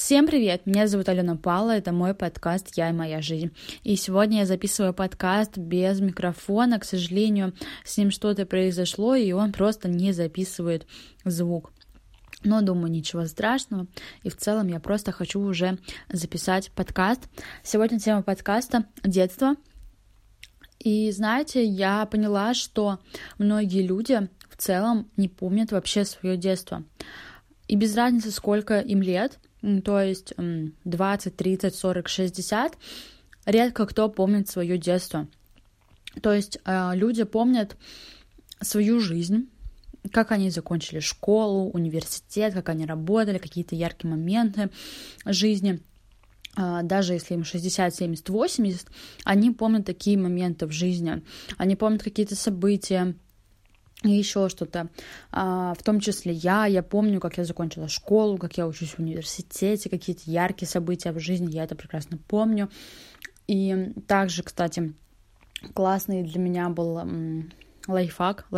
Всем привет! Меня зовут Алена Павлова, это мой подкаст «Я и моя жизнь». И сегодня я записываю подкаст без микрофона, к сожалению, с ним что-то произошло, и он просто не записывает звук. Но, думаю, ничего страшного, и в целом я просто хочу уже записать подкаст. Сегодня тема подкаста — детство. И знаете, я поняла, что многие люди в целом не помнят вообще свое детство. И без разницы, сколько им лет, то есть 20, 30, 40, 60, редко кто помнит свое детство. То есть люди помнят свою жизнь, как они закончили школу, университет, как они работали, какие-то яркие моменты жизни. Даже если им 60, 70, 80, они помнят такие моменты в жизни. Они помнят какие-то события, и еще что-то. В том числе я помню, как я закончила школу, как я учусь в университете, какие-то яркие события в жизни, я это прекрасно помню. И также, кстати, классный для меня был лайфхак.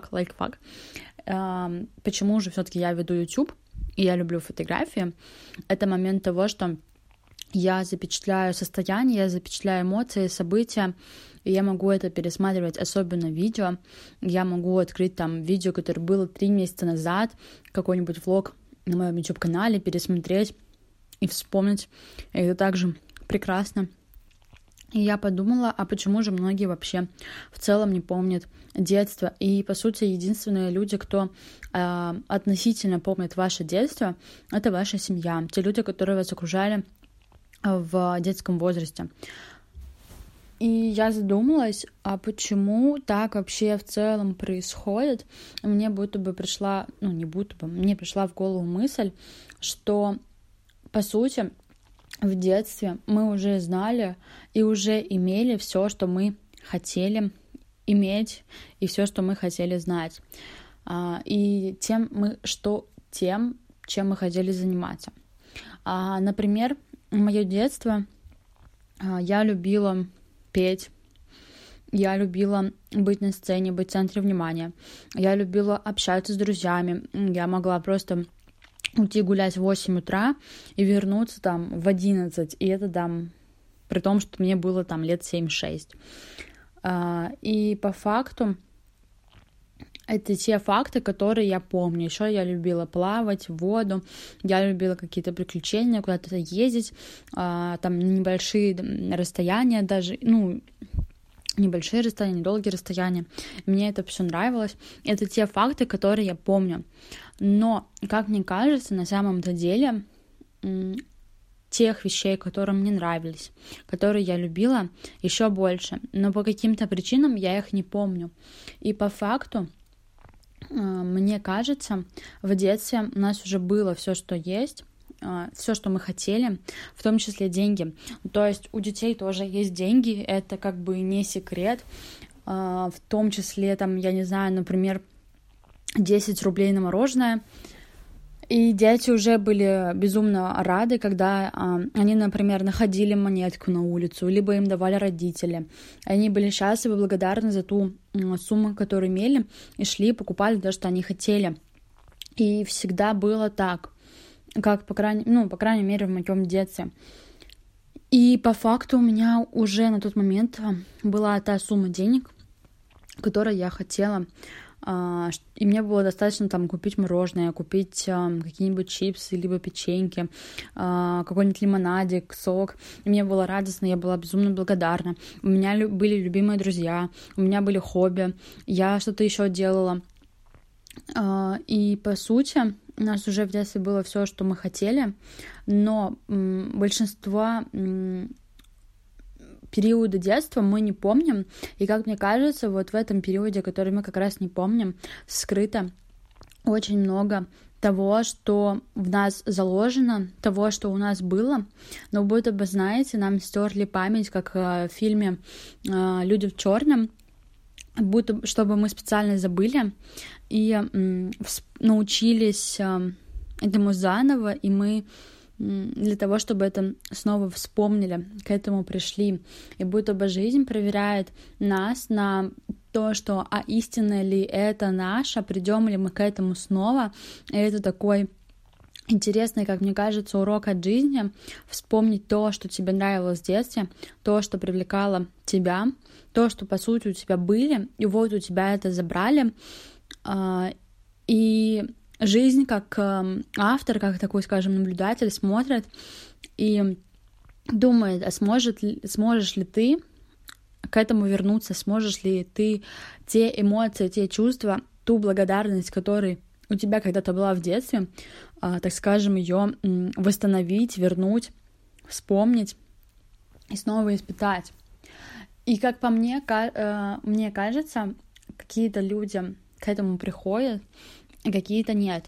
Почему же все-таки я веду YouTube, и я люблю фотографии? Это момент того, что я запечатляю состояние, я запечатляю эмоции, события, и я могу это пересматривать, особенно видео. Я могу открыть там видео, которое было 3 месяца назад, какой-нибудь влог на моем YouTube-канале, пересмотреть и вспомнить. И это также прекрасно. И я подумала, а почему же многие вообще в целом не помнят детство? И, по сути, единственные люди, кто относительно помнит ваше детство, это ваша семья, те люди, которые вас окружали в детском возрасте. И я задумалась, а почему так вообще в целом происходит? Мне пришла в голову мысль, что, по сути, в детстве мы уже знали и уже имели все, что мы хотели иметь, и все, что мы хотели знать. И чем чем мы хотели заниматься. Например, мое детство, я любила петь, я любила быть на сцене, быть в центре внимания, я любила общаться с друзьями, я могла просто уйти гулять в 8 утра и вернуться там в 11, и это там при том, что мне было там лет 7-6. И по факту это те факты, которые я помню. Еще я любила плавать в воду, я любила какие-то приключения, куда-то ездить, там небольшие расстояния даже, небольшие расстояния, недолгие расстояния. Мне это все нравилось. Это те факты, которые я помню. Но, как мне кажется, на самом-то деле тех вещей, которые мне нравились, которые я любила, еще больше. Но по каким-то причинам я их не помню. И по факту, мне кажется, в детстве у нас уже было все, что есть, все, что мы хотели, в том числе деньги. То есть у детей тоже есть деньги, это как бы не секрет. В том числе, там, я не знаю, например, 10 рублей на мороженое. И дети уже были безумно рады, когда они, например, находили монетку на улицу, либо им давали родители. Они были счастливы, благодарны за ту сумму, которую имели, и шли, покупали то, что они хотели. И всегда было так, как, по крайней мере, в моем детстве. И по факту у меня уже на тот момент была та сумма денег, которую я хотела. И мне было достаточно там купить мороженое, купить какие-нибудь чипсы, либо печеньки, какой-нибудь лимонадик, сок. И мне было радостно, я была безумно благодарна. У меня были любимые друзья, у меня были хобби, я что-то еще делала. И по сути, у нас уже в детстве было все, что мы хотели, но большинство периода детства мы не помним, и, как мне кажется, вот в этом периоде, который мы как раз не помним, скрыто очень много того, что в нас заложено, того, что у нас было, но будто бы, знаете, нам стерли память, как в фильме «Люди в черном», будто чтобы мы специально забыли и научились этому заново, и мы для того, чтобы это снова вспомнили, к этому пришли. И будто бы жизнь проверяет нас на то, что истинно ли это наше, придем ли мы к этому снова. И это такой интересный, как мне кажется, урок от жизни, вспомнить то, что тебе нравилось в детстве, то, что привлекало тебя, то, что, по сути, у тебя были, и вот у тебя это забрали. И жизнь, как автор, как такой, скажем, наблюдатель, смотрит и думает, а сможешь ли ты к этому вернуться, сможешь ли ты те эмоции, те чувства, ту благодарность, которой у тебя когда-то была в детстве, так скажем, ее восстановить, вернуть, вспомнить и снова испытать. И как по мне, мне кажется, какие-то люди к этому приходят, а какие-то нет.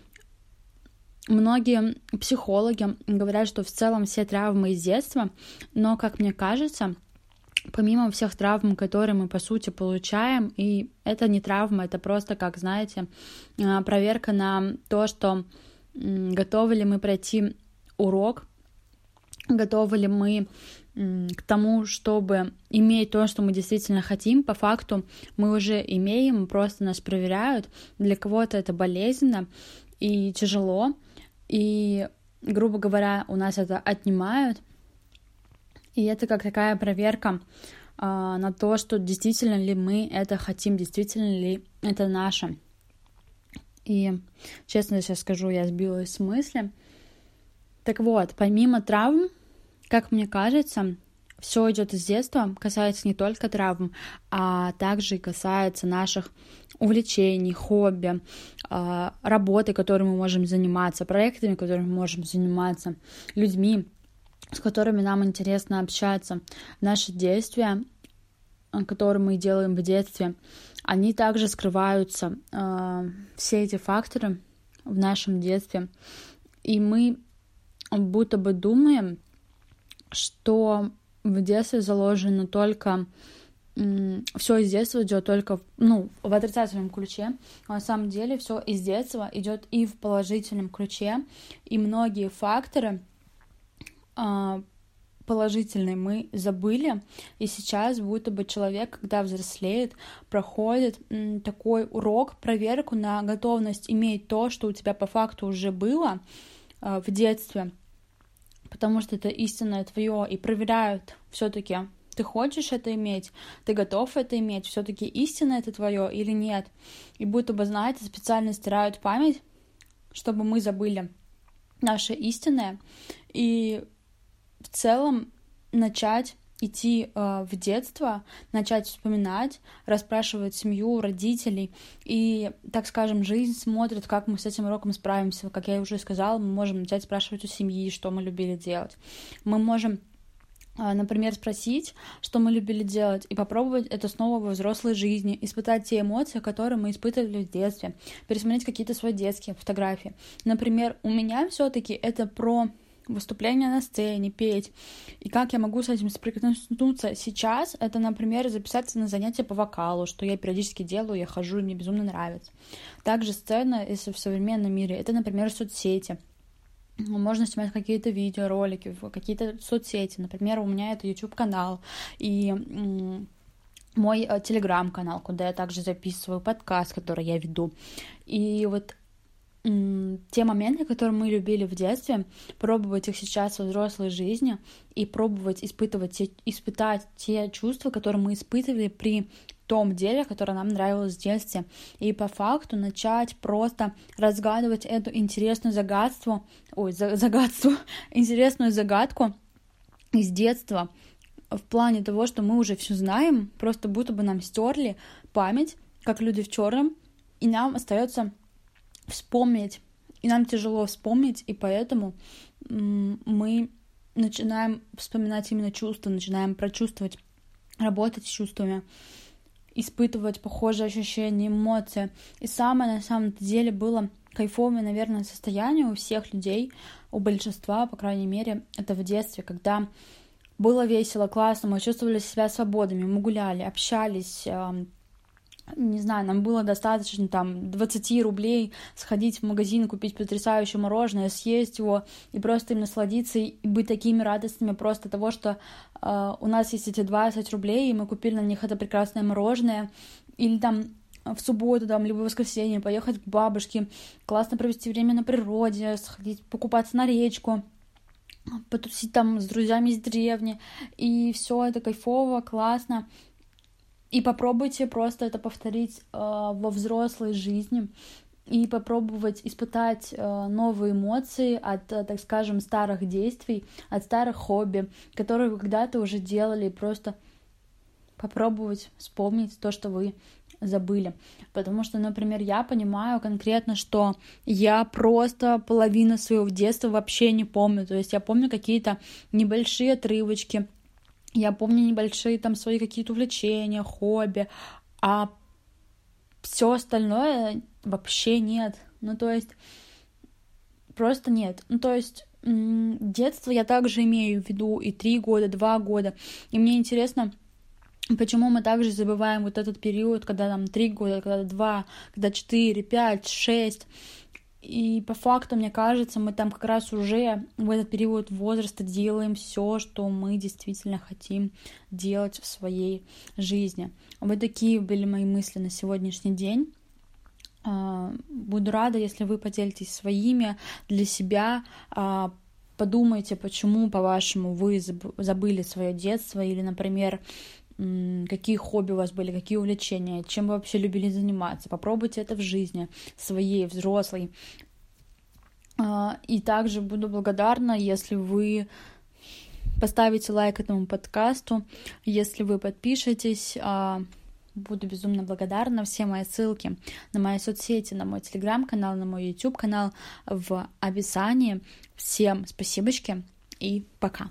Многие психологи говорят, что в целом все травмы из детства, но, как мне кажется, помимо всех травм, которые мы, по сути, получаем, и это не травма, это просто, как, знаете, проверка на то, что готовы ли мы пройти урок, готовы ли мы к тому, чтобы иметь то, что мы действительно хотим. По факту мы уже имеем, просто нас проверяют. Для кого-то это болезненно и тяжело, и, грубо говоря, у нас это отнимают. И это как такая проверка на то, что действительно ли мы это хотим, действительно ли это наше. И, честно сейчас скажу, я сбилась с мысли. Так вот, помимо травм, как мне кажется, все идет из детства, касается не только травм, а также и касается наших увлечений, хобби, работы, которой мы можем заниматься, проектами, которыми мы можем заниматься, людьми, с которыми нам интересно общаться. Наши действия, которые мы делаем в детстве, они также скрываются, все эти факторы в нашем детстве. И мы будто бы думаем, что в детстве заложено только... Все из детства идет только в отрицательном ключе. А на самом деле все из детства идет и в положительном ключе. И многие факторы положительные мы забыли, и сейчас будто бы человек, когда взрослеет, проходит такой урок, проверку на готовность иметь то, что у тебя по факту уже было в детстве, потому что это истинное твое, и проверяют все-таки, ты хочешь это иметь, ты готов это иметь, все-таки истинно это твое или нет, и будто бы, знаете, специально стирают память, чтобы мы забыли наше истинное, и в целом начать идти в детство, начать вспоминать, расспрашивать семью, родителей. И, так скажем, жизнь смотрит, как мы с этим уроком справимся. Как я уже сказала, мы можем начать спрашивать у семьи, что мы любили делать. Мы можем, например, спросить, что мы любили делать, и попробовать это снова во взрослой жизни, испытать те эмоции, которые мы испытывали в детстве, пересмотреть какие-то свои детские фотографии. Например, у меня все-таки это про выступления на сцене, петь. И как я могу с этим соприкоснуться сейчас, это, например, записаться на занятия по вокалу, что я периодически делаю, я хожу, и мне безумно нравится. Также сцена, если в современном мире, это, например, соцсети. Можно снимать какие-то видеоролики, какие-то соцсети. Например, у меня это YouTube-канал и мой Telegram-канал, куда я также записываю подкаст, который я веду. И вот те моменты, которые мы любили в детстве, пробовать их сейчас во взрослой жизни и пробовать испытать те чувства, которые мы испытывали при том деле, которое нам нравилось в детстве. И по факту начать просто разгадывать эту интересную интересную загадку из детства в плане того, что мы уже все знаем, просто будто бы нам стерли память, как люди в черном, и нам остается вспомнить, и нам тяжело вспомнить, и поэтому мы начинаем вспоминать именно чувства, начинаем прочувствовать, работать с чувствами, испытывать похожие ощущения, эмоции. И самое на самом деле было кайфовое, наверное, состояние у всех людей, у большинства, по крайней мере, это в детстве, когда было весело, классно, мы чувствовали себя свободными, мы гуляли, общались, не знаю, нам было достаточно 20 рублей сходить в магазин и купить потрясающее мороженое, съесть его и просто им насладиться и быть такими радостными просто того, что у нас есть эти 20 рублей, и мы купили на них это прекрасное мороженое. Или в субботу там, либо в воскресенье поехать к бабушке, классно провести время на природе, сходить покупаться на речку, потусить там с друзьями из деревни, и все это кайфово, классно. И попробуйте просто это повторить во взрослой жизни и попробовать испытать новые эмоции от, так скажем, старых действий, от старых хобби, которые вы когда-то уже делали, просто попробовать вспомнить то, что вы забыли. Потому что, например, я понимаю конкретно, что я просто половину своего детства вообще не помню. То есть я помню какие-то небольшие отрывочки, я помню небольшие там свои какие-то увлечения, хобби, а все остальное вообще нет. Ну, то есть, просто нет. Ну, то есть, детство я также имею в виду и 3 года, 2 года. И мне интересно, почему мы также забываем вот этот период, когда там 3 года, когда 2, когда 4, 5, 6. И по факту, мне кажется, мы там как раз уже в этот период возраста делаем все, что мы действительно хотим делать в своей жизни. Вот такие были мои мысли на сегодняшний день. Буду рада, если вы поделитесь своими для себя. Подумайте, почему, по-вашему, вы забыли свое детство, или, например, какие хобби у вас были, какие увлечения, чем вы вообще любили заниматься. Попробуйте это в жизни своей, взрослой. И также буду благодарна, если вы поставите лайк этому подкасту, если вы подпишетесь. Буду безумно благодарна. Все мои ссылки на мои соцсети, на мой телеграм-канал, на мой YouTube-канал в описании. Всем спасибочки и пока.